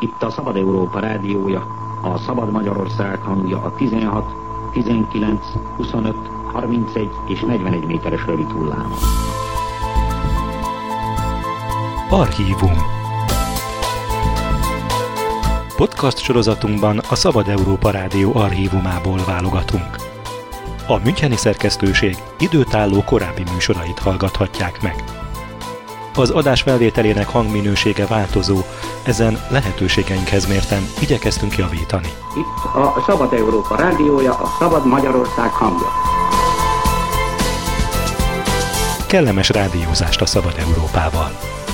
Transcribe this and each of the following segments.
Itt a Szabad Európa rádiója, a Szabad Magyarország hangja a 16, 19, 25, 31 és 41 méteres rövid hullámon. Archívum. Podcast sorozatunkban a Szabad Európa Rádió archívumából válogatunk. A müncheni szerkesztőség időtálló korábbi műsorait hallgathatják meg. Az adás felvételének hangminősége változó, ezen lehetőségeinkhez mérten igyekeztünk javítani. Itt a Szabad Európa rádiója, a Szabad Magyarország hangja. Kellemes rádiózást a Szabad Európával!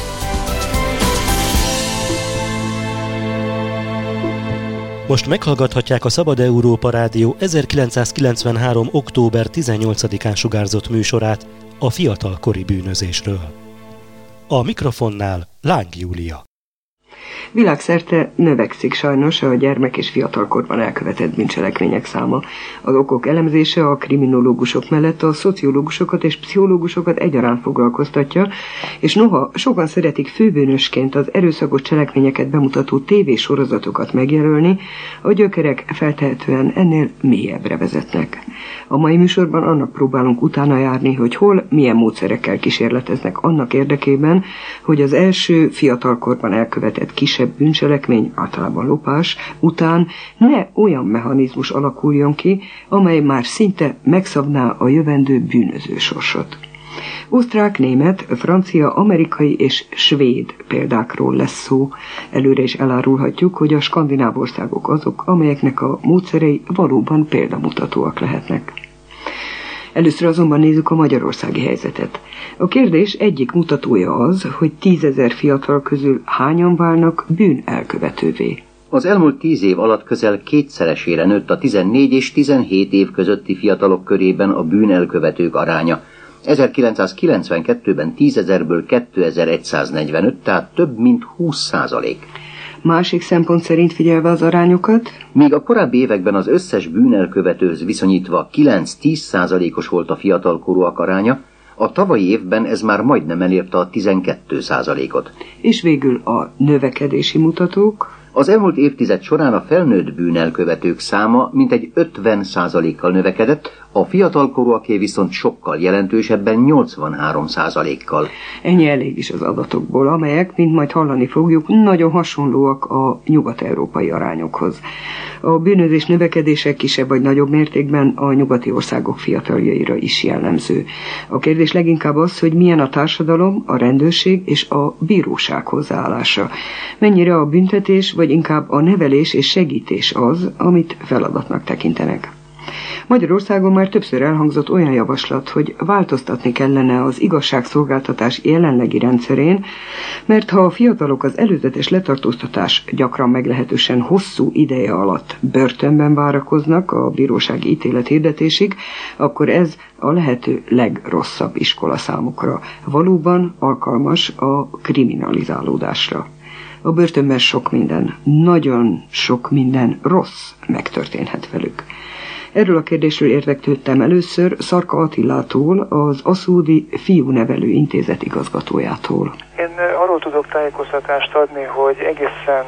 Most meghallgathatják a Szabad Európa Rádió 1993. október 18-án sugárzott műsorát a fiatalkori bűnözésről. A mikrofonnál Láng Júlia. Világszerte növekszik sajnos a gyermek- és fiatalkorban elkövetett bűncselekmények száma. Az okok elemzése a kriminológusok mellett a szociológusokat és pszichológusokat egyaránt foglalkoztatja, és noha sokan szeretik főbűnösként az erőszakos cselekményeket bemutató tévésorozatokat megjelölni, a gyökerek feltehetően ennél mélyebbre vezetnek. A mai műsorban annak próbálunk utána járni, hogy hol, milyen módszerekkel kísérleteznek annak érdekében, hogy az első fiatalkorban elkövetett kisebb bűncselekmény, általában lopás, után ne olyan mechanizmus alakuljon ki, amely már szinte megszabná a jövendő bűnöző sorsot. Osztrák, német, francia, amerikai és svéd példákról lesz szó. Előre is elárulhatjuk, hogy a skandináv országok azok, amelyeknek a módszerei valóban példamutatóak lehetnek. Először azonban nézzük a magyarországi helyzetet. A kérdés egyik mutatója az, hogy 10 000 fiatal közül hányan válnak bűnelkövetővé. Az elmúlt 10 év alatt közel kétszeresére nőtt a 14 és 17 év közötti fiatalok körében a bűnelkövetők aránya. 1992-ben 10 000-ből 2145, tehát több mint 20%. Másik szempont szerint figyelve az arányokat, míg a korábbi években az összes bűnelkövetőhöz viszonyítva 9-10%-os volt a fiatalkorúak aránya, a tavalyi évben ez már majdnem elérte a 12%-ot. És végül a növekedési mutatók. Az elmúlt évtized során a felnőtt bűnelkövetők száma mintegy 50%-kal növekedett, a fiatalkorúaké viszont sokkal jelentősebben 83%-kal. Ennyi elég is az adatokból, amelyek, mint majd hallani fogjuk, nagyon hasonlóak a nyugat-európai arányokhoz. A bűnözés növekedése kisebb vagy nagyobb mértékben a nyugati országok fiataljaira is jellemző. A kérdés leginkább az, hogy milyen a társadalom, a rendőrség és a bíróság hozzáállása. Mennyire a büntetés vagy inkább a nevelés és segítés az, amit feladatnak tekintenek. Magyarországon már többször elhangzott olyan javaslat, hogy változtatni kellene az igazságszolgáltatás jelenlegi rendszerén, mert ha a fiatalok az előzetes letartóztatás gyakran meglehetősen hosszú ideje alatt börtönben várakoznak a bírósági ítélet hirdetésig, akkor ez a lehető legrosszabb iskola számukra. Valóban alkalmas a kriminalizálódásra. A börtönben sok minden, nagyon sok minden rossz megtörténhet velük. Erről a kérdésről érdeklődtem először Szarka Attilától, az Aszódi Fiúnevelő Intézet igazgatójától. Én arról tudok tájékoztatást adni, hogy egészen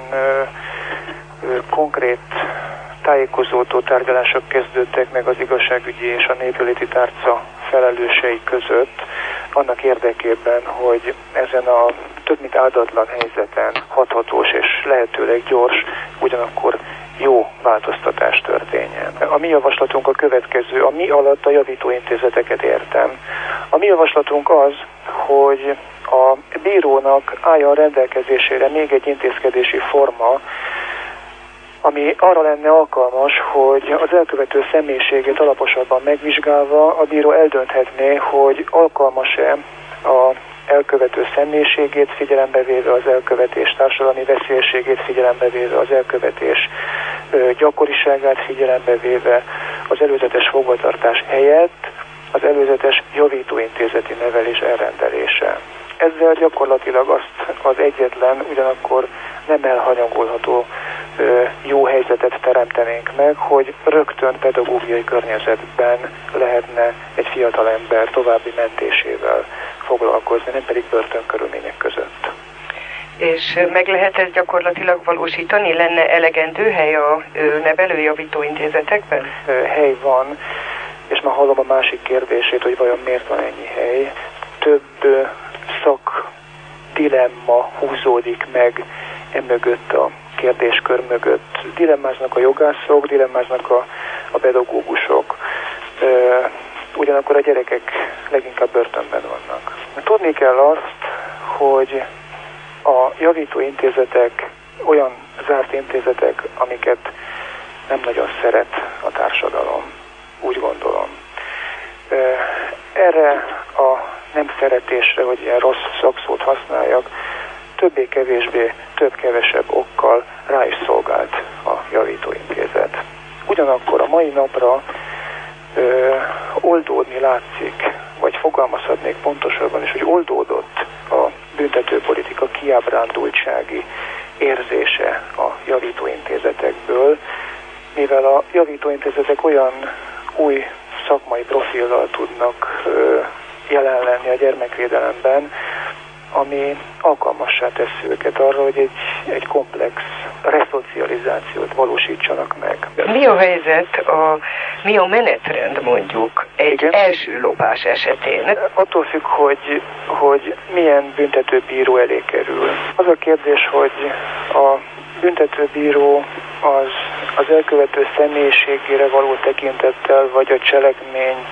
konkrét tájékozódó tárgyalások kezdődtek meg az igazságügyi és a népjóléti tárca felelősei között, annak érdekében, hogy ezen a több mint áldatlan helyzeten hathatós és lehetőleg gyors, ugyanakkor jó változtatás történjen. A mi javaslatunk a következő, a mi alatt a javítóintézeteket értem. A mi javaslatunk az, hogy a bírónak álljon rendelkezésére még egy intézkedési forma, ami arra lenne alkalmas, hogy az elkövető személyiségét alaposabban megvizsgálva a bíró eldönthetné, hogy alkalmas-e a elkövető személyiségét figyelembe véve, az elkövetés társadalmi veszélyességét figyelembe véve, az elkövetés gyakoriságát figyelembe véve, az előzetes fogvatartás helyett az előzetes javítóintézeti nevelés elrendelése. Ezzel gyakorlatilag azt az egyetlen, ugyanakkor nem elhanyagolható jó helyzetet teremtenénk meg, hogy rögtön pedagógiai környezetben lehetne egy fiatalember további mentésével foglalkozni, nem pedig börtönkörülmények között. És meg lehet ezt gyakorlatilag valósítani? Lenne elegendő hely a nevelőjavító intézetekben? Hely van, és már hallom a másik kérdését, hogy vajon miért van ennyi hely. Több dilemma húzódik meg emögött a kérdéskör mögött. Dilemmáznak a jogászok, dilemmáznak a pedagógusok. Ugyanakkor a gyerekek leginkább börtönben vannak. Tudni kell azt, hogy a javító intézetek olyan zárt intézetek, amiket nem nagyon szeret a társadalom, úgy gondolom. Erre a nem szeretésre, hogy ilyen rossz szakszót használjak, többé-kevésbé, több-kevesebb okkal rá is szolgált a javítóintézet. Ugyanakkor a mai napra oldódni látszik, vagy fogalmazhatnék pontosabban is, hogy oldódott a büntetőpolitika kiábrándultsági érzése a javítóintézetekből, mivel a javítóintézetek olyan új szakmai profillal tudnak jelen lenni a gyermekvédelemben, ami alkalmassá teszi őket arra, hogy egy komplex reszocializációt valósítsanak meg. Mi a helyzet, mi a menetrend mondjuk egy első lopás esetén? Attól függ, hogy milyen büntetőbíró elé kerül. Az a kérdés, hogy a büntetőbíró az elkövető személyiségére való tekintettel, vagy a cselekmény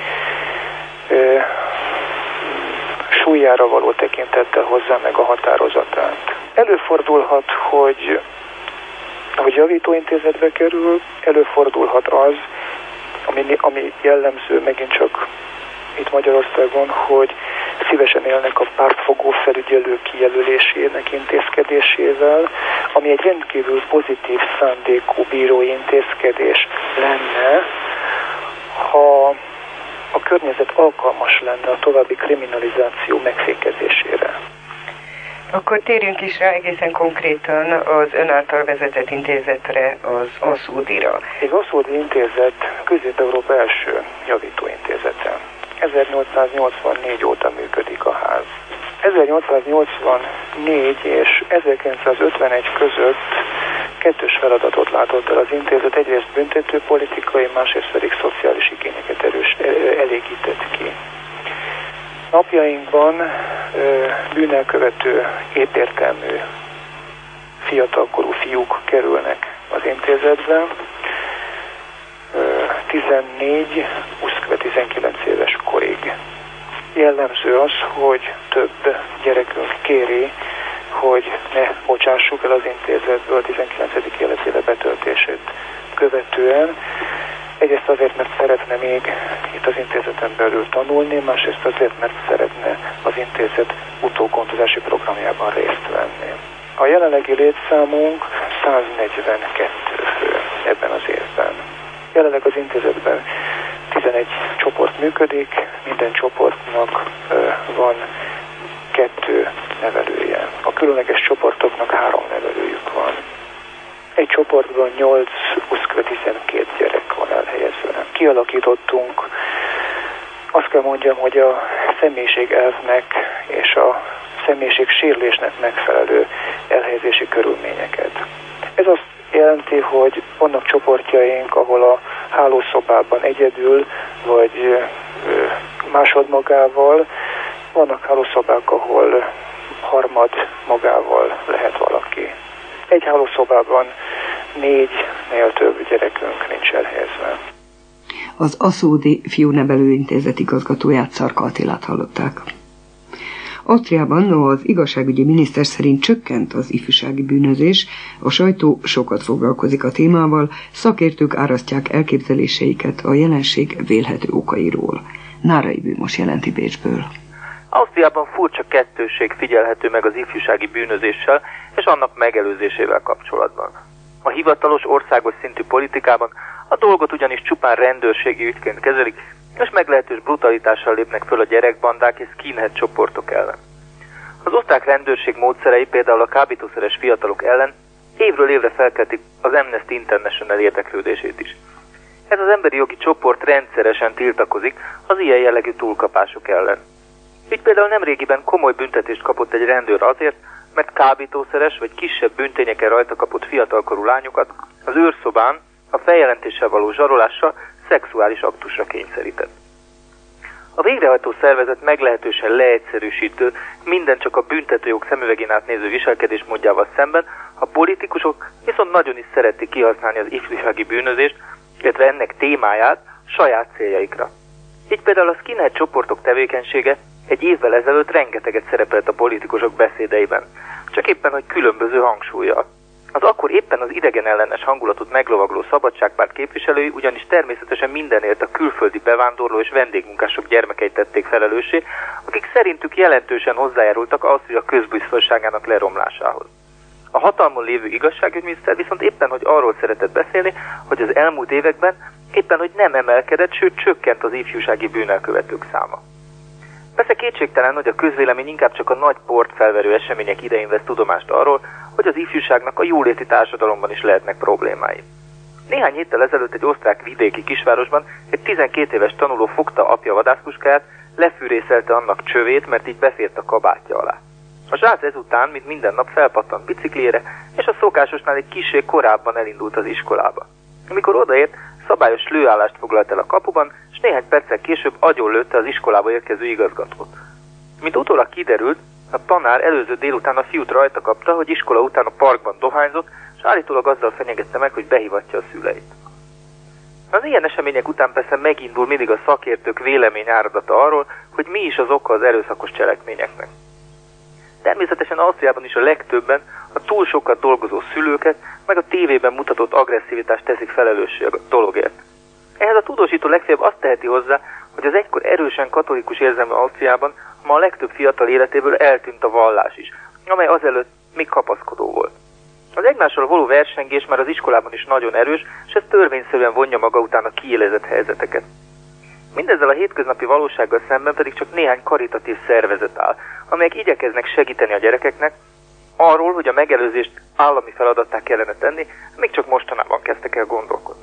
súlyára való tekintettel hozzá meg a határozatát. Előfordulhat, hogy javítóintézetbe kerül, előfordulhat az, ami jellemző megint csak itt Magyarországon, hogy szívesen élnek a pártfogó felügyelő kijelölésének intézkedésével, ami egy rendkívül pozitív szándékú bírói intézkedés lenne, ha a környezet alkalmas lenne a további kriminalizáció megfékezésére. Akkor térjünk is rá egészen konkrétan az ön által vezetett intézetre, az ASZUDI-ra. Az ASZUDI intézet Közép-Európa első javítóintézete. 1884 óta működik a ház. 1884 és 1951 között kettős feladatot látott el az intézet, egyrészt büntetőpolitikai, másrészt pedig szociális igényeket elégített ki. Napjainkban bűnelkövető, épértelmű, fiatalkorú fiúk kerülnek az intézetbe, 14-19 éves korig. Jellemző az, hogy több gyerekünk kéri, hogy ne bocsássuk el az intézetből 19. életéve betöltését követően. Egyrészt azért, mert szeretne még itt az intézeten belül tanulni, másrészt azért, mert szeretne az intézet utógondozási programjában részt venni. A jelenlegi létszámunk 142 fő ebben az évben. Jelenleg az intézetben 11 csoport működik, minden csoportnak van 2 nevelője. A különleges csoportoknak 3 nevelőjük van. Egy csoportban 8-12 gyerek van elhelyezve. Kialakítottunk, azt kell mondjam, hogy a személyiség elvnek és a személyiség sérülésnek megfelelő elhelyezési körülményeket. Ez azt jelenti, hogy vannak csoportjaink, ahol a hálószobában egyedül, vagy másodmagával, vannak hálószobák, ahol harmad magával lehet valaki. Egy hálószobában 4-nél több gyerekünk nincs elhelyezve. Az ASZUDI fiúnevelőintézet igazgatóját, Szarka Attilát hallották. Ausztriában az igazságügyi miniszter szerint csökkent az ifjúsági bűnözés, a sajtó sokat foglalkozik a témával, szakértők árasztják elképzeléseiket a jelenség vélhető okairól. Nárai Bűmos jelenti Bécsből. Ausztriában furcsa kettősség figyelhető meg az ifjúsági bűnözéssel és annak megelőzésével kapcsolatban. A hivatalos országos szintű politikában a dolgot ugyanis csupán rendőrségi ügyként kezelik, és meglehetős brutalitással lépnek föl a gyerekbandák és skinhead csoportok ellen. Az osztrák rendőrség módszerei például a kábítószeres fiatalok ellen évről évre felkeltik az Amnesty International érdeklődését is. Ez az emberi jogi csoport rendszeresen tiltakozik az ilyen jellegű túlkapások ellen. Így például nemrégiben komoly büntetést kapott egy rendőr azért, mert kábítószeres vagy kisebb bűntényeken rajta kapott fiatalkorú lányokat az őrszobán a feljelentéssel való zsarolással szexuális aktusra kényszerített. A végrehajtó szervezet meglehetősen leegyszerűsítő, minden csak a büntetőjog szemüvegén át néző viselkedésmódjával szemben, a politikusok viszont nagyon is szeretik kihasználni az ifjúsági bűnözést, illetve ennek témáját saját céljaikra. Így például a skinhead csoportok tevékenysége egy évvel ezelőtt rengeteget szerepelt a politikusok beszédeiben, csak éppen, hogy különböző hangsúllyal. Az akkor éppen az idegen ellenes hangulatot meglovagló Szabadságpárt képviselői ugyanis természetesen mindenért a külföldi bevándorló és vendégmunkások gyermekeit tették felelőssé, akik szerintük jelentősen hozzájárultak ahhoz, hogy a közbiztonságának leromlásához. A hatalmon lévő igazságügyminiszter viszont éppen, hogy arról szeretett beszélni, hogy az elmúlt években éppen, hogy nem emelkedett, sőt csökkent az ifjúsági bűnelkövetők száma. Persze kétségtelen, hogy a közvélemény inkább csak a nagy port felverő események idején vesz tudomást arról, hogy az ifjúságnak a jóléti társadalomban is lehetnek problémái. Néhány héttel ezelőtt egy osztrák vidéki kisvárosban egy 12 éves tanuló fogta apja vadászpuskáját, lefűrészelte annak csövét, mert így befért a kabátja alá. A zsác ezután, mint minden nap felpattant biciklére, és a szokásosnál egy kissé korábban elindult az iskolába. Amikor odaért, szabályos lőállást foglalt el a kapuban, és néhány perccel később agyonlőtte az iskolába érkező igazgatót. Mint utólag kiderült, a tanár előző délután a fiút rajta kapta, hogy iskola után a parkban dohányzott, és állítólag azzal fenyegette meg, hogy behívatja a szüleit. Az ilyen események után persze megindul mindig a szakértők véleményáradata arról, hogy mi is az oka az erőszakos cselekményeknek. Természetesen Ausztriában is a legtöbben a túl sokat dolgozó szülőket, meg a tévében mutatott agresszivitást teszik felelőssé a dologért. Ehhez a tudósító legfeljebb azt teheti hozzá, hogy az egykor erősen katolikus érzelmű Ausztriában ma a legtöbb fiatal életéből eltűnt a vallás is, amely azelőtt még kapaszkodó volt. Az egymással való versengés már az iskolában is nagyon erős, és ez törvényszerűen vonja maga után a kiélezett helyzeteket. Mindezzel a hétköznapi valósággal szemben pedig csak néhány karitatív szervezet áll, amelyek igyekeznek segíteni a gyerekeknek, arról, hogy a megelőzést állami feladattá kellene tenni, még csak mostanában kezdtek el gondolkodni.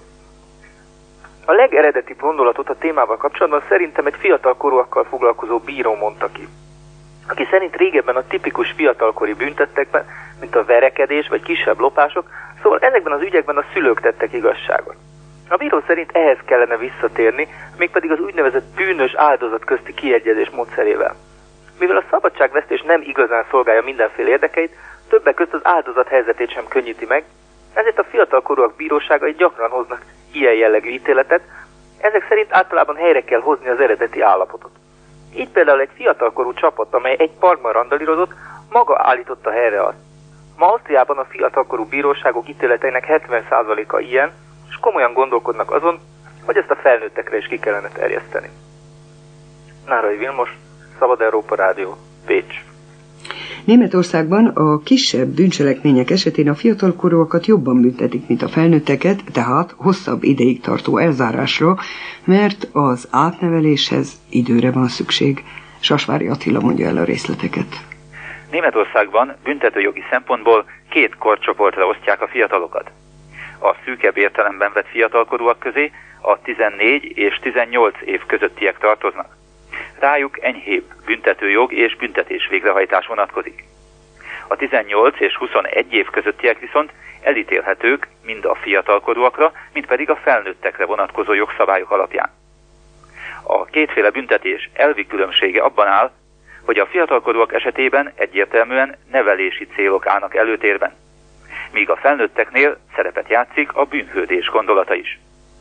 A legeredetibb gondolatot a témával kapcsolatban szerintem egy fiatalkorúakkal foglalkozó bíró mondta ki, aki szerint régebben a tipikus fiatalkori büntettekben, mint a verekedés vagy kisebb lopások, szóval ezekben az ügyekben a szülők tettek igazságot. A bíró szerint ehhez kellene visszatérni, mégpedig az úgynevezett bűnös áldozat közti kiegyezés módszerével. Mivel a szabadságvesztés nem igazán szolgálja mindenféle érdekeit, többek között az áldozat helyzetét sem könnyíti meg, ezért a fiatalkorúak bíróságai gyakran hoznak ilyen jellegű ítéletet, ezek szerint általában helyre kell hozni az eredeti állapotot. Így például egy fiatalkorú csapat, amely egy parkban randalírozott, maga állította helyre azt. Ma Ausztriában a fiatalkorú bíróságok ítéleteinek 70%-a ilyen, és komolyan gondolkodnak azon, hogy ezt a felnőttekre is ki kellene terjeszteni. Nárai Vilmos, Szabad Európa Rádió, Pécs. Németországban a kisebb bűncselekmények esetén a fiatalkorúakat jobban büntetik, mint a felnőtteket, tehát hosszabb ideig tartó elzárásra, mert az átneveléshez időre van szükség. Sasvári Attila mondja el a részleteket. Németországban büntetőjogi szempontból 2 korcsoportra osztják a fiatalokat. A szűkebb értelemben vett fiatalkorúak közé a 14 és 18 év közöttiek tartoznak. Rájuk enyhébb büntetőjog és büntetés végrehajtás vonatkozik. A 18 és 21 év közöttiek viszont elítélhetők mind a fiatalkorúakra, mind pedig a felnőttekre vonatkozó jogszabályok alapján. A kétféle büntetés elvi különbsége abban áll, hogy a fiatalkorúak esetében egyértelműen nevelési célok állnak előtérben, míg a felnőtteknél szerepet játszik a bűnhődés gondolata is.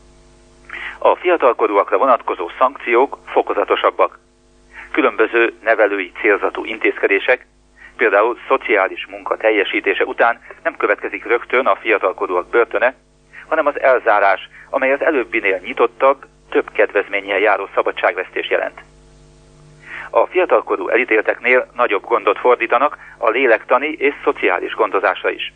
A fiatalkorúakra vonatkozó szankciók fokozatosabbak. Különböző nevelői célzatú intézkedések, például szociális munka teljesítése után nem következik rögtön a fiatalkorúak börtöne, hanem az elzárás, amely az előbbinél nyitottabb, több kedvezménnyel járó szabadságvesztés jelent. A fiatalkorú elítélteknél nagyobb gondot fordítanak a lélektani és szociális gondozásra is.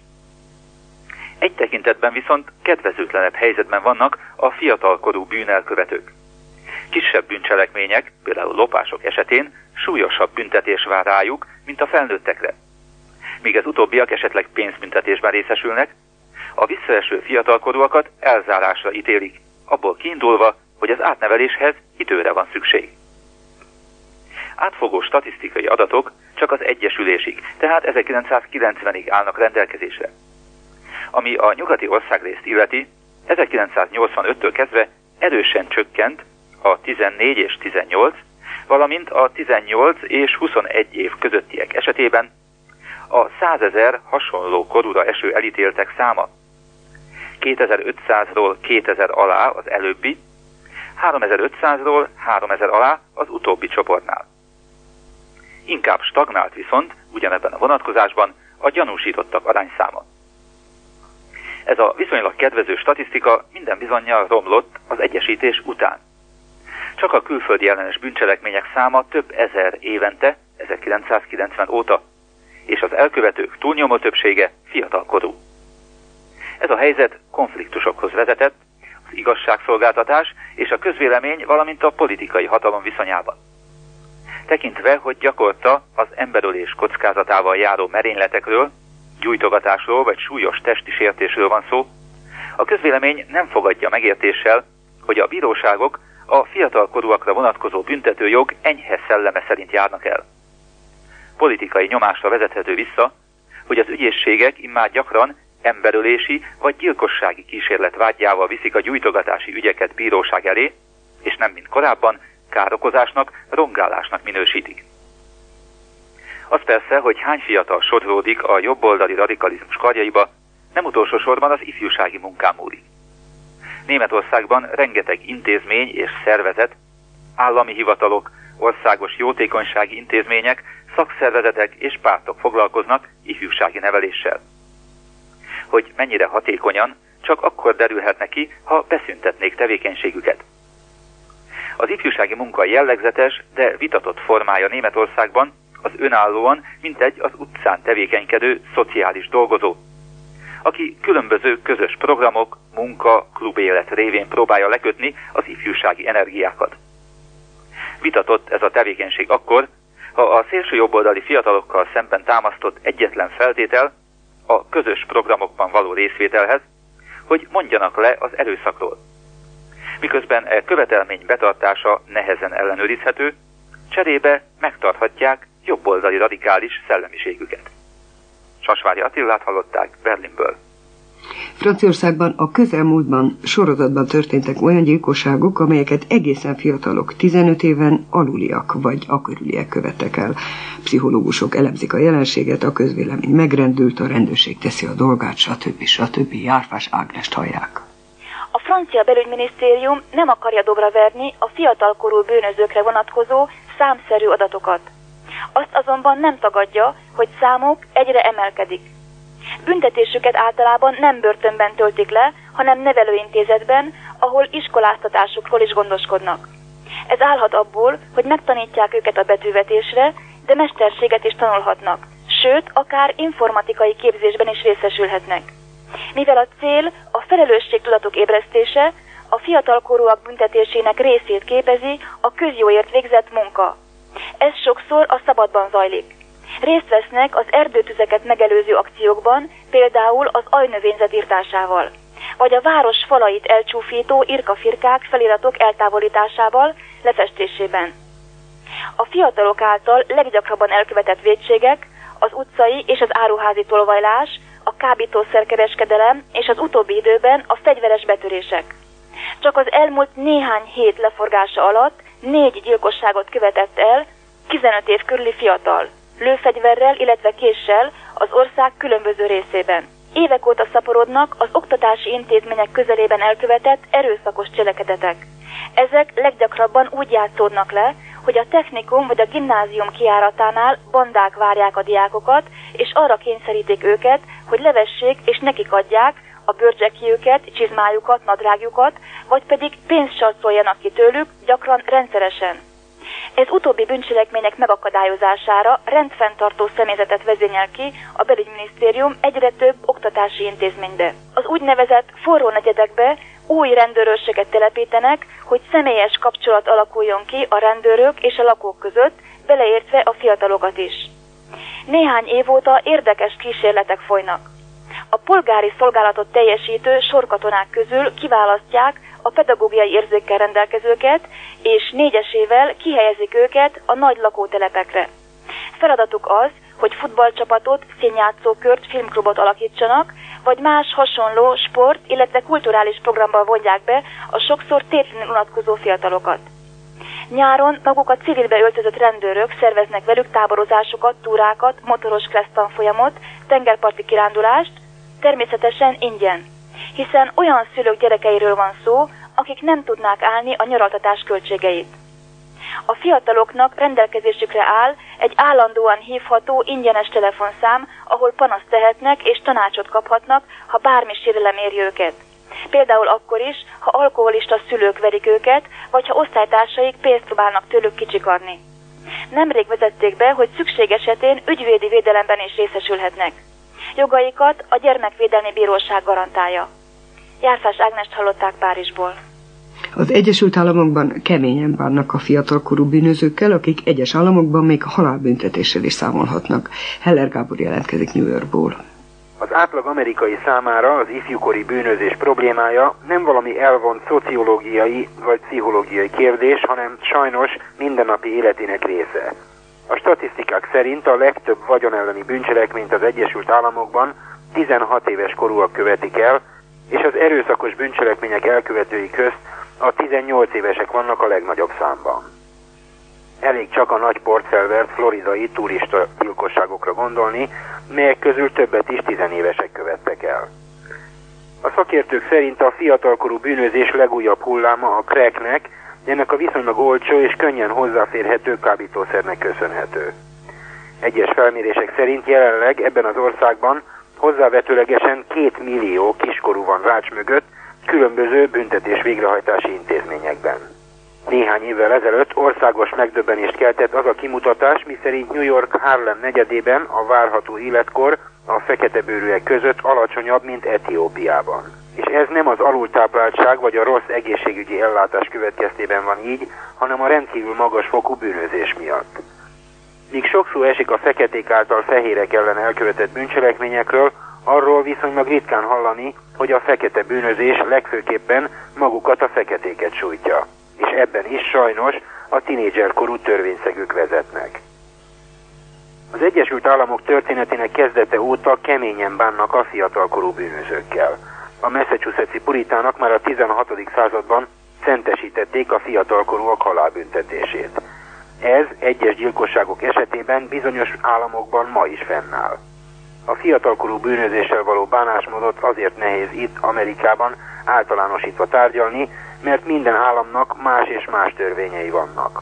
Egy tekintetben viszont kedvezőtlenebb helyzetben vannak a fiatalkorú bűnelkövetők. Kisebb bűncselekmények, például lopások esetén súlyosabb büntetés vár rájuk, mint a felnőttekre. Míg az utóbbiak esetleg pénzbüntetésben részesülnek, a visszaeső fiatalkorúakat elzárásra ítélik, abból kiindulva, hogy az átneveléshez időre van szükség. Átfogó statisztikai adatok csak az egyesülésig, tehát 1990-ig állnak rendelkezésre. Ami a nyugati országrészt illeti, 1985-től kezdve erősen csökkent a 14 és 18, valamint a 18 és 21 év közöttiek esetében a 100 000 hasonló korúra eső elítéltek száma. 2500-ról 2000 alá az előbbi, 3500-ról 3000 alá az utóbbi csoportnál. Inkább stagnált viszont ugyanebben a vonatkozásban a gyanúsítottak arányszáma. Ez a viszonylag kedvező statisztika minden bizonnyal romlott az egyesítés után. Csak a külföldi ellenes bűncselekmények száma több ezer évente, 1990 óta, és az elkövetők túlnyomó többsége fiatalkorú. Ez a helyzet konfliktusokhoz vezetett az igazságszolgáltatás és a közvélemény, valamint a politikai hatalom viszonyában. Tekintve, hogy gyakorta az emberölés kockázatával járó merényletekről, gyújtogatásról vagy súlyos testi sértésről van szó, a közvélemény nem fogadja megértéssel, hogy a bíróságok a fiatalkorúakra vonatkozó büntetőjog enyhe szelleme szerint járnak el. Politikai nyomásra vezethető vissza, hogy az ügyészségek immár gyakran emberölési vagy gyilkossági kísérlet vádjával viszik a gyújtogatási ügyeket bíróság elé, és nem mint korábban károkozásnak, rongálásnak minősítik. Az persze, hogy hány fiatal sodródik a jobboldali radikalizmus karjaiba, nem utolsó sorban az ifjúsági munkán múlik. Németországban rengeteg intézmény és szervezet, állami hivatalok, országos jótékonysági intézmények, szakszervezetek és pártok foglalkoznak ifjúsági neveléssel. Hogy mennyire hatékonyan, csak akkor derülhetne ki, ha beszüntetnék tevékenységüket. Az ifjúsági munka jellegzetes, de vitatott formája Németországban az önállóan, mintegy az utcán tevékenykedő szociális dolgozó, aki különböző közös programok, munka, klubélet révén próbálja lekötni az ifjúsági energiákat. Vitatott ez a tevékenység akkor, ha a szélsőjobboldali fiatalokkal szemben támasztott egyetlen feltétel a közös programokban való részvételhez, hogy mondjanak le az erőszakról. Miközben e követelmény betartása nehezen ellenőrizhető, cserébe megtarthatják jobboldali radikális szellemiségüket. Sasvári Attilát hallották Berlinből. Franciaországban a közelmúltban sorozatban történtek olyan gyilkosságok, amelyeket egészen fiatalok, 15 éven aluliak vagy akörüliek követtek el. Pszichológusok elemzik a jelenséget, a közvélemény megrendült, a rendőrség teszi a dolgát, stb. Járfás Ágnest hallják. A francia belügyminisztérium nem akarja dobra verni a fiatalkorú bűnözőkre vonatkozó számszerű adatokat. Azt azonban nem tagadja, hogy számuk egyre emelkedik. Büntetésüket általában nem börtönben töltik le, hanem nevelőintézetben, ahol iskoláztatásukról is gondoskodnak. Ez állhat abból, hogy megtanítják őket a betűvetésre, de mesterséget is tanulhatnak, sőt, akár informatikai képzésben is részesülhetnek. Mivel a cél a felelősségtudatok ébresztése, a fiatalkorúak büntetésének részét képezi a közjóért végzett munka. Ez sokszor a szabadban zajlik. Részt vesznek az erdőtüzeket megelőző akciókban, például az ajnövényzet irtásával, vagy a város falait elcsúfító irkafirkák feliratok eltávolításával, lefestésében. A fiatalok által leggyakrabban elkövetett vétségek az utcai és az áruházi tolvajlás, a kábítószerkereskedelem és az utóbbi időben a fegyveres betörések. Csak az elmúlt néhány hét leforgása alatt 4 gyilkosságot követett el 15 év körüli fiatal, lőfegyverrel, illetve késsel az ország különböző részében. Évek óta szaporodnak az oktatási intézmények közelében elkövetett erőszakos cselekedetek. Ezek leggyakrabban úgy játszódnak le, hogy a technikum vagy a gimnázium kijáratánál bandák várják a diákokat, és arra kényszerítik őket, hogy levessék és nekik adják a bőrcsekjüket, csizmájukat, nadrágjukat, vagy pedig pénzt sarcoljanak ki tőlük, gyakran rendszeresen. Ez utóbbi bűncselekmények megakadályozására rendfenntartó személyzetet vezényel ki a belügyminisztérium egyre több oktatási intézménybe. Az úgynevezett forró negyedekbe új rendőrőrséget telepítenek, hogy személyes kapcsolat alakuljon ki a rendőrök és a lakók között, beleértve a fiatalokat is. Néhány év óta érdekes kísérletek folynak. A polgári szolgálatot teljesítő sorkatonák közül kiválasztják a pedagógiai érzékkel rendelkezőket, és 4-esével kihelyezik őket a nagy lakótelepekre. Feladatuk az, hogy futballcsapatot, színjátszókört, filmklubot alakítsanak, vagy más hasonló sport, illetve kulturális programban vonják be a sokszor tétlenül unatkozó fiatalokat. Nyáron magukat civilbe öltözött rendőrök szerveznek velük táborozásokat, túrákat, motoros kressz tanfolyamot, tengerparti kirándulást, természetesen ingyen, hiszen olyan szülők gyerekeiről van szó, akik nem tudnák állni a nyaraltatás költségeit. A fiataloknak rendelkezésükre áll egy állandóan hívható ingyenes telefonszám, ahol panaszt tehetnek és tanácsot kaphatnak, ha bármi sérelem éri őket. Például akkor is, ha alkoholista szülők verik őket, vagy ha osztálytársaik pénzt próbálnak tőlük kicsikarni. Nemrég vezették be, hogy szükség esetén ügyvédi védelemben is részesülhetnek. Jogaikat a Gyermekvédelmi Bíróság garantálja. Járfás Ágnest hallották Párizsból. Az Egyesült Államokban keményen bánnak a fiatalkorú bűnözőkkel, akik egyes államokban még halálbüntetéssel is számolhatnak. Heller Gábor jelentkezik New Yorkból. Az átlag amerikai számára az ifjúkori bűnözés problémája nem valami elvont szociológiai vagy pszichológiai kérdés, hanem sajnos mindennapi életének része. A statisztikák szerint a legtöbb vagyonelleni bűncselekményt az Egyesült Államokban 16 éves korúak követik el, és az erőszakos bűncselekmények elkövetői közt a 18 évesek vannak a legnagyobb számban. Elég csak a nagy portfelvert floridai turista gyilkosságokra gondolni, melyek közül többet is 10 évesek követtek el. A szakértők szerint a fiatalkorú bűnözés legújabb hulláma a cracknek, ennek a viszonylag olcsó és könnyen hozzáférhető kábítószernek köszönhető. Egyes felmérések szerint jelenleg ebben az országban hozzávetőlegesen 2 millió kiskorú van rács mögött különböző büntetés végrehajtási intézményekben. Néhány évvel ezelőtt országos megdöbbenést keltett az a kimutatás, miszerint New York Harlem negyedében a várható életkor a feketebőrűek között alacsonyabb, mint Etiópiában. És ez nem az alultápláltság vagy a rossz egészségügyi ellátás következtében van így, hanem a rendkívül magas fokú bűnözés miatt. Míg sok szó esik a feketék által fehérek ellen elkövetett bűncselekményekről, arról viszonylag ritkán hallani, hogy a fekete bűnözés legfőképpen magukat a feketéket sújtja. És ebben is sajnos a tinédzserkorú törvényszegők vezetnek. Az Egyesült Államok történetének kezdete óta keményen bánnak a fiatalkorú bűnözőkkel. A massachusettsi puritának már a 16. században szentesítették a fiatalkorúak halálbüntetését. Ez egyes gyilkosságok esetében bizonyos államokban ma is fennáll. A fiatalkorú bűnözéssel való bánásmódot azért nehéz itt, Amerikában általánosítva tárgyalni, mert minden államnak más és más törvényei vannak.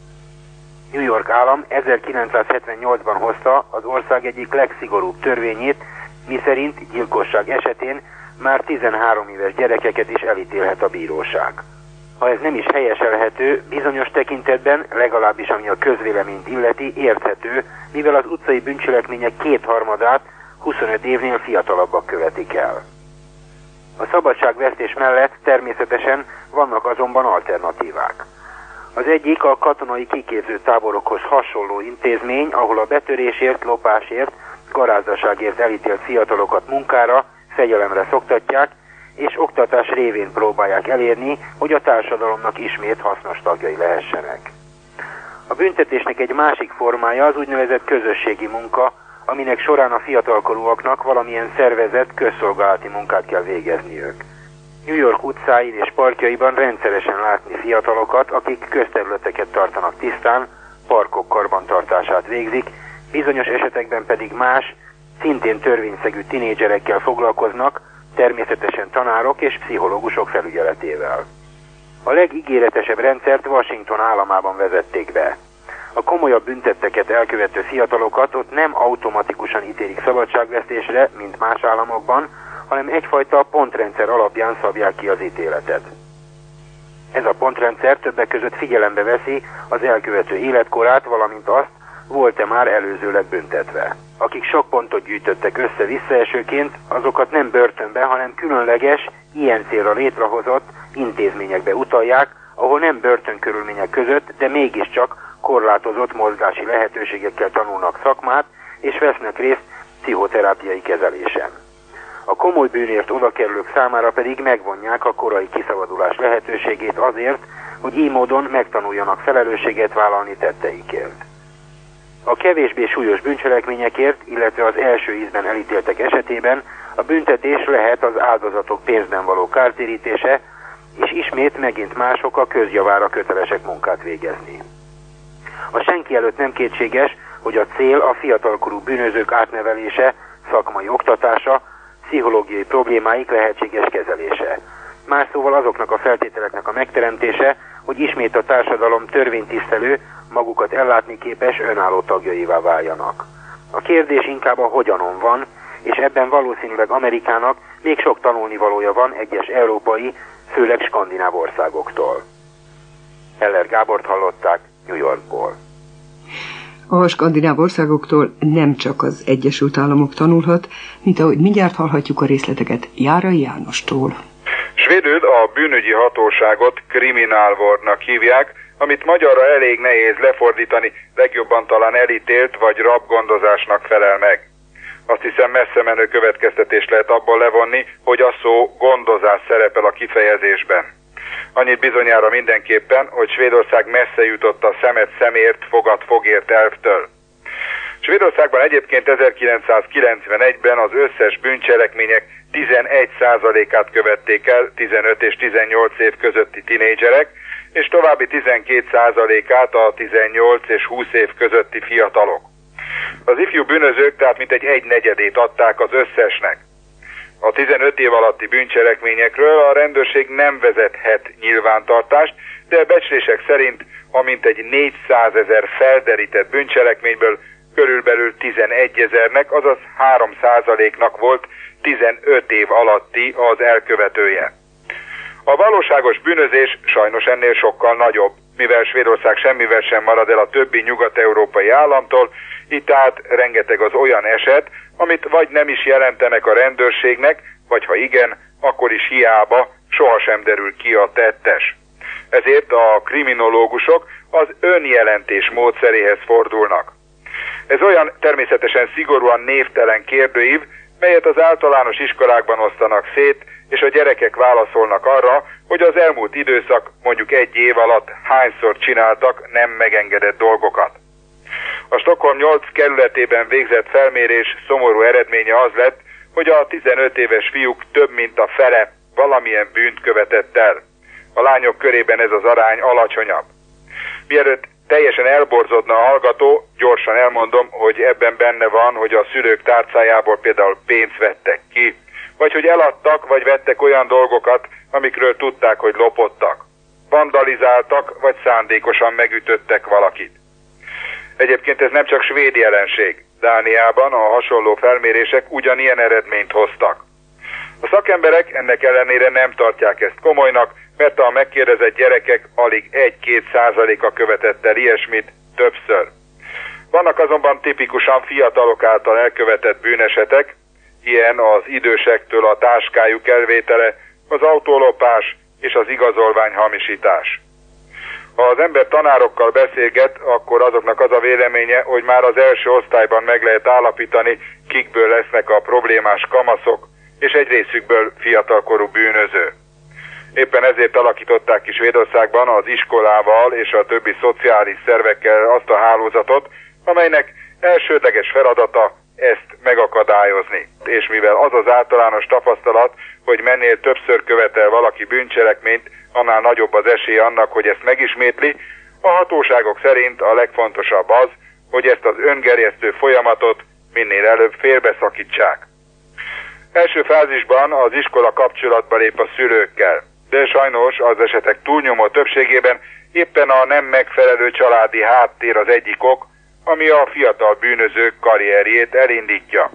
New York állam 1978-ban hozta az ország egyik legszigorúbb törvényét, miszerint gyilkosság esetén már 13 éves gyerekeket is elítélhet a bíróság. Ha ez nem is helyeselhető, bizonyos tekintetben, legalábbis ami a közvéleményt illeti, érthető, mivel az utcai bűncselekmények 2/3 25 évnél fiatalabbak követik el. A szabadságvesztés mellett természetesen vannak azonban alternatívák. Az egyik a katonai kiképző táborokhoz hasonló intézmény, ahol a betörésért, lopásért, garázdaságért elítélt fiatalokat munkára, fegyelemre szoktatják, és oktatás révén próbálják elérni, hogy a társadalomnak ismét hasznos tagjai lehessenek. A büntetésnek egy másik formája az úgynevezett közösségi munka, aminek során a fiatalkorúaknak valamilyen szervezett közszolgálati munkát kell végezniük. New York utcáin és parkjaiban rendszeresen látni fiatalokat, akik közterületeket tartanak tisztán, parkok karbantartását végzik, bizonyos esetekben pedig más, szintén törvényszegű tinédzserekkel foglalkoznak, természetesen tanárok és pszichológusok felügyeletével. A legígéretesebb rendszert Washington államában vezették be. A komolyabb büntetteket elkövető fiatalokat ott nem automatikusan ítélik szabadságvesztésre, mint más államokban, hanem egyfajta pontrendszer alapján szabják ki az ítéletet. Ez a pontrendszer többek között figyelembe veszi az elkövető életkorát, valamint azt, volt-e már előzőleg büntetve. Akik sok pontot gyűjtöttek össze visszaesőként, azokat nem börtönbe, hanem különleges, ilyen célra létrehozott intézményekbe utalják, ahol nem börtönkörülmények között, de mégiscsak korlátozott mozgási lehetőségekkel tanulnak szakmát, és vesznek részt pszichoterápiai kezelésen. A komoly bűnért odakerülők számára pedig megvonják a korai kiszabadulás lehetőségét azért, hogy így módon megtanuljanak felelősséget vállalni tetteikért. A kevésbé súlyos bűncselekményekért, illetve az első ízben elítéltek esetében a büntetés lehet az áldozatok pénzben való kártérítése, és ismét megint mások a közjavára kötelesek munkát végezni. A senki előtt nem kétséges, hogy a cél a fiatalkorú bűnözők átnevelése, szakmai oktatása, pszichológiai problémáik lehetséges kezelése. Más szóval azoknak a feltételeknek a megteremtése, hogy ismét a társadalom törvénytisztelő, magukat ellátni képes önálló tagjaivá váljanak. A kérdés inkább a hogyanon van, és ebben valószínűleg Amerikának még sok tanulnivalója van egyes európai, főleg skandináv országoktól. Heller Gábort hallották New Yorkból. A skandináv országoktól nem csak az Egyesült Államok tanulhat, mint ahogy mindjárt hallhatjuk a részleteket Járai Jánostól. Svédül a bűnügyi hatóságot kriminálvårdnak hívják, amit magyarra elég nehéz lefordítani, legjobban talán elítélt vagy rabgondozásnak felel meg. Azt hiszem messze menő következtetést lehet abból levonni, hogy a szó gondozás szerepel a kifejezésben. Annyit bizonyára mindenképpen, hogy Svédország messze jutott a szemet szemért, fogat fogért elvtől. Svédországban egyébként 1991-ben az összes bűncselekmények 11%-át követték el 15 és 18 év közötti tinédzserek, és további 12%-át a 18 és 20 év közötti fiatalok. Az ifjú bűnözők tehát mintegy 1/4 adták az összesnek. A 15 év alatti bűncselekményekről a rendőrség nem vezethet nyilvántartást, de becslések szerint a mintegy 400 000 felderített bűncselekményből körülbelül 11 000-nek, azaz 3%-nak volt 15 év alatti az elkövetője. A valóságos bűnözés sajnos ennél sokkal nagyobb, mivel Svédország semmivel sem marad el a többi nyugat-európai államtól, itt át rengeteg az olyan eset, amit vagy nem is jelentenek a rendőrségnek, vagy ha igen, akkor is hiába, sohasem derül ki a tettes. Ezért a kriminológusok az önjelentés módszeréhez fordulnak. Ez olyan természetesen szigorúan névtelen kérdőív, melyet az általános iskolákban osztanak szét, és a gyerekek válaszolnak arra, hogy az elmúlt időszak mondjuk 1 év alatt hányszor csináltak nem megengedett dolgokat. A Stockholm 8 kerületében végzett felmérés szomorú eredménye az lett, hogy a 15 éves fiúk több mint a fele valamilyen bűnt követett el. A lányok körében ez az arány alacsonyabb. Mielőtt teljesen elborzodna a hallgató, gyorsan elmondom, hogy ebben benne van, hogy a szülők tárcájából például pénzt vettek ki, vagy hogy eladtak, vagy vettek olyan dolgokat, amikről tudták, hogy lopottak. Vandalizáltak, vagy szándékosan megütöttek valakit. Egyébként ez nem csak svéd jelenség. Dániában a hasonló felmérések ugyanilyen eredményt hoztak. A szakemberek ennek ellenére nem tartják ezt komolynak, mert a megkérdezett gyerekek alig 1-2%-a követett el ilyesmit többször. Vannak azonban tipikusan fiatalok által elkövetett bűnesetek, ilyen az idősektől a táskájuk elvétele, az autólopás és az igazolványhamisítás. Ha az ember tanárokkal beszélget, akkor azoknak az a véleménye, hogy már az első osztályban meg lehet állapítani, kikből lesznek a problémás kamaszok, és egy részükből fiatalkorú bűnöző. Éppen ezért alakították ki Svédországban az iskolával és a többi szociális szervekkel azt a hálózatot, amelynek elsődleges feladata ezt megakadályozni. És mivel az az általános tapasztalat, hogy mennél többször követel valaki bűncselekményt, annál nagyobb az esély annak, hogy ezt megismétli, a hatóságok szerint a legfontosabb az, hogy ezt az öngerjesztő folyamatot minél előbb félbeszakítsák. Első fázisban az iskola kapcsolatba lép a szülőkkel, de sajnos az esetek túlnyomó többségében éppen a nem megfelelő családi háttér az egyik ok, ami a fiatal bűnözők karrierjét elindítja.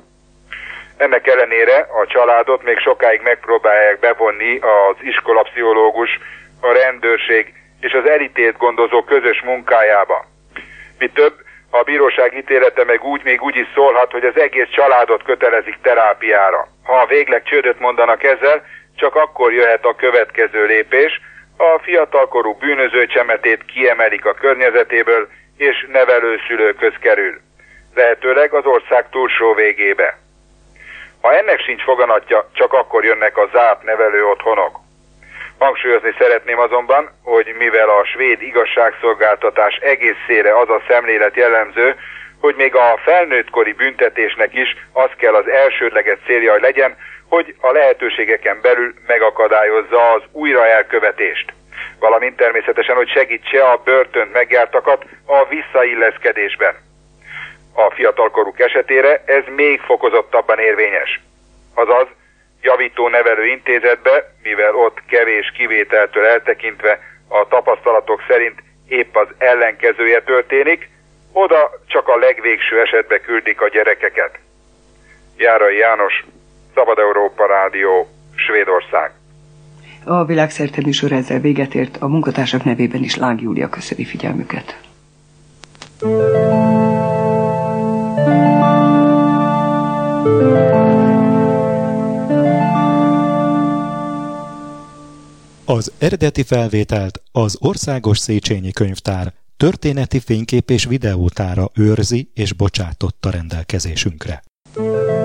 Ennek ellenére a családot még sokáig megpróbálják bevonni az iskolapszichológus, a rendőrség és az elítélt gondozó közös munkájába. Mi több, a bíróság ítélete meg még úgy is szólhat, hogy az egész családot kötelezik terápiára. Ha végleg csődöt mondanak ezzel, csak akkor jöhet a következő lépés, a fiatalkorú bűnöző csemetét kiemelik a környezetéből, és nevelőszülőkhöz kerül. Lehetőleg az ország túlsó végébe. Ha ennek sincs foganatja, csak akkor jönnek a zárt nevelő otthonok. Hangsúlyozni szeretném azonban, hogy mivel a svéd igazságszolgáltatás egészére az a szemlélet jellemző, hogy még a felnőttkori büntetésnek is az kell az elsődleges célja, hogy legyen, hogy a lehetőségeken belül megakadályozza az újraelkövetést. Valamint természetesen, hogy segítse a börtönt megjártakat a visszailleszkedésben. A fiatalkorúk esetére ez még fokozottabban érvényes. Azaz, javító nevelő intézetbe, mivel ott kevés kivételtől eltekintve a tapasztalatok szerint épp az ellenkezője történik, oda csak a legvégső esetben küldik a gyerekeket. Járai János, Szabad Európa Rádió, Svédország. A Világszerte műsor ezzel véget ért, a munkatársak nevében is Láng Júlia köszöni figyelmüket. Az eredeti felvételt az Országos Széchenyi Könyvtár történeti fénykép és videótára őrzi és bocsátotta rendelkezésünkre.